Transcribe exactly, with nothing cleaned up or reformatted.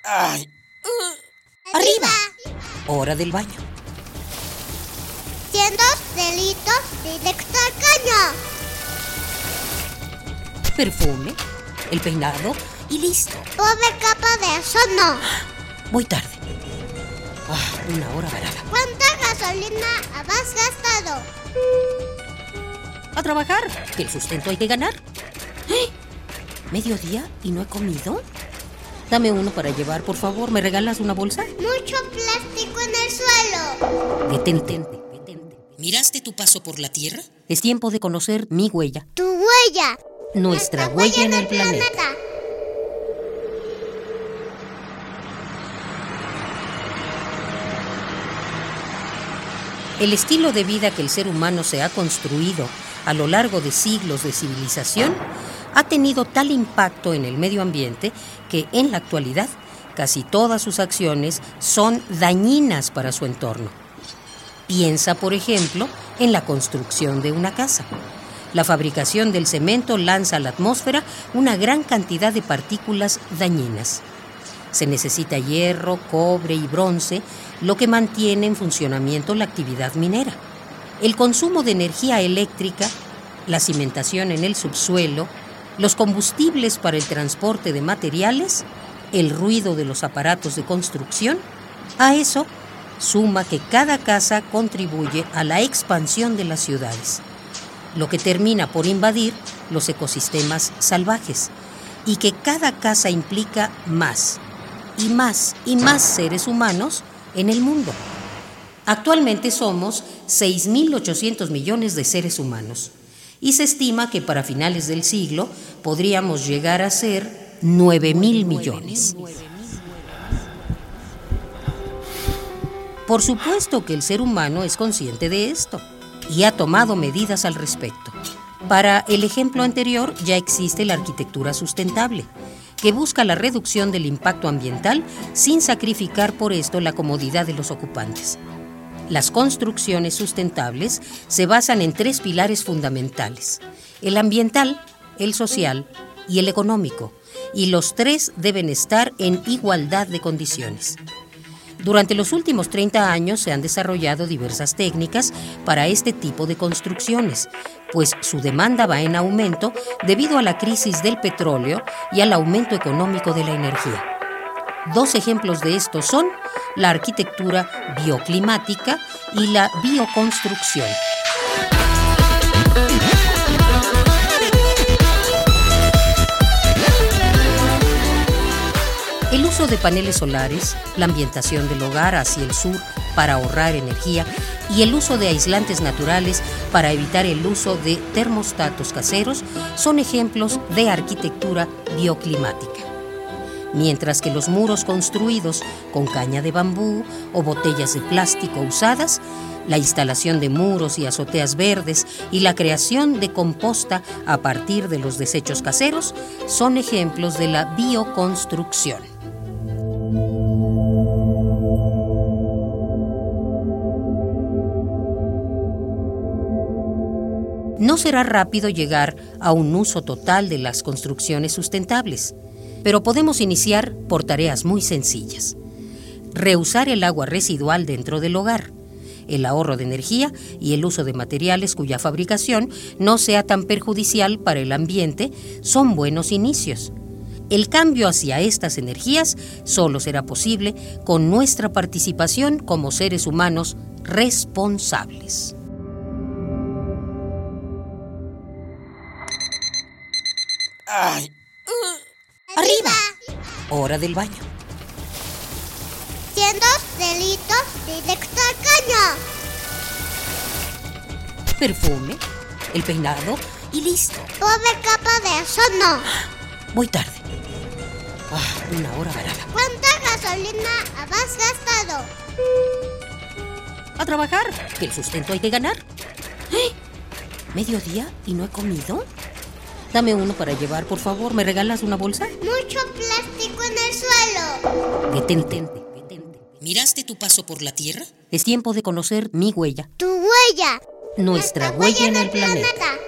Ay. Uh. ¡Arriba! Hora del baño. Siendo delitos directo al caño. Perfume, el peinado y listo. Pobre capa de eso no. Voy tarde. Ah, una hora varada. ¿Cuánta gasolina has gastado? A trabajar, que el sustento hay que ganar. ¿Eh? ¿Mediodía y no he comido? Dame uno para llevar, por favor. ¿Me regalas una bolsa? Mucho plástico en el suelo. Detente, detente. ¿Miraste tu paso por la Tierra? Es tiempo de conocer mi huella. Tu huella. Nuestra huella en el planeta. planeta. El estilo de vida que el ser humano se ha construido a lo largo de siglos de civilización ha tenido tal impacto en el medio ambiente que en la actualidad casi todas sus acciones son dañinas para su entorno. Piensa, por ejemplo, en la construcción de una casa. La fabricación del cemento lanza a la atmósfera una gran cantidad de partículas dañinas. Se necesita hierro, cobre y bronce, lo que mantiene en funcionamiento la actividad minera. El consumo de energía eléctrica, la cimentación en el subsuelo, los combustibles para el transporte de materiales, el ruido de los aparatos de construcción, a eso suma que cada casa contribuye a la expansión de las ciudades, lo que termina por invadir los ecosistemas salvajes, y que cada casa implica más, y más, y más seres humanos en el mundo. Actualmente somos seis mil ochocientos millones de seres humanos, y se estima que para finales del siglo podríamos llegar a ser nueve mil millones. Por supuesto que el ser humano es consciente de esto y ha tomado medidas al respecto. Para el ejemplo anterior ya existe la arquitectura sustentable, que busca la reducción del impacto ambiental sin sacrificar por esto la comodidad de los ocupantes. Las construcciones sustentables se basan en tres pilares fundamentales: el ambiental, el social y el económico, y los tres deben estar en igualdad de condiciones. Durante los últimos treinta años se han desarrollado diversas técnicas para este tipo de construcciones, pues su demanda va en aumento debido a la crisis del petróleo y al aumento económico de la energía. Dos ejemplos de esto son la arquitectura bioclimática y la bioconstrucción. El uso de paneles solares, la ambientación del hogar hacia el sur para ahorrar energía y el uso de aislantes naturales para evitar el uso de termostatos caseros son ejemplos de arquitectura bioclimática. Mientras que los muros construidos con caña de bambú o botellas de plástico usadas, la instalación de muros y azoteas verdes y la creación de composta a partir de los desechos caseros son ejemplos de la bioconstrucción. No será rápido llegar a un uso total de las construcciones sustentables, pero podemos iniciar por tareas muy sencillas. Reusar el agua residual dentro del hogar, el ahorro de energía y el uso de materiales cuya fabricación no sea tan perjudicial para el ambiente son buenos inicios. El cambio hacia estas energías solo será posible con nuestra participación como seres humanos responsables. Ay. Uh. ¡Arriba! Hora del baño. Siendo delitos directo al caño. Perfume, el peinado y listo. Pobre capa de eso no. Voy tarde. Ah, una hora varada. ¿Cuánta gasolina has gastado? A trabajar, que el sustento hay que ganar. ¿Eh? ¿Mediodía y no he comido? Dame uno para llevar, por favor. ¿Me regalas una bolsa? Mucho plástico en el suelo. Detente, detente. ¿Miraste tu paso por la Tierra? Es tiempo de conocer mi huella. Tu huella. Nuestra, Nuestra huella, huella en el planeta. planeta.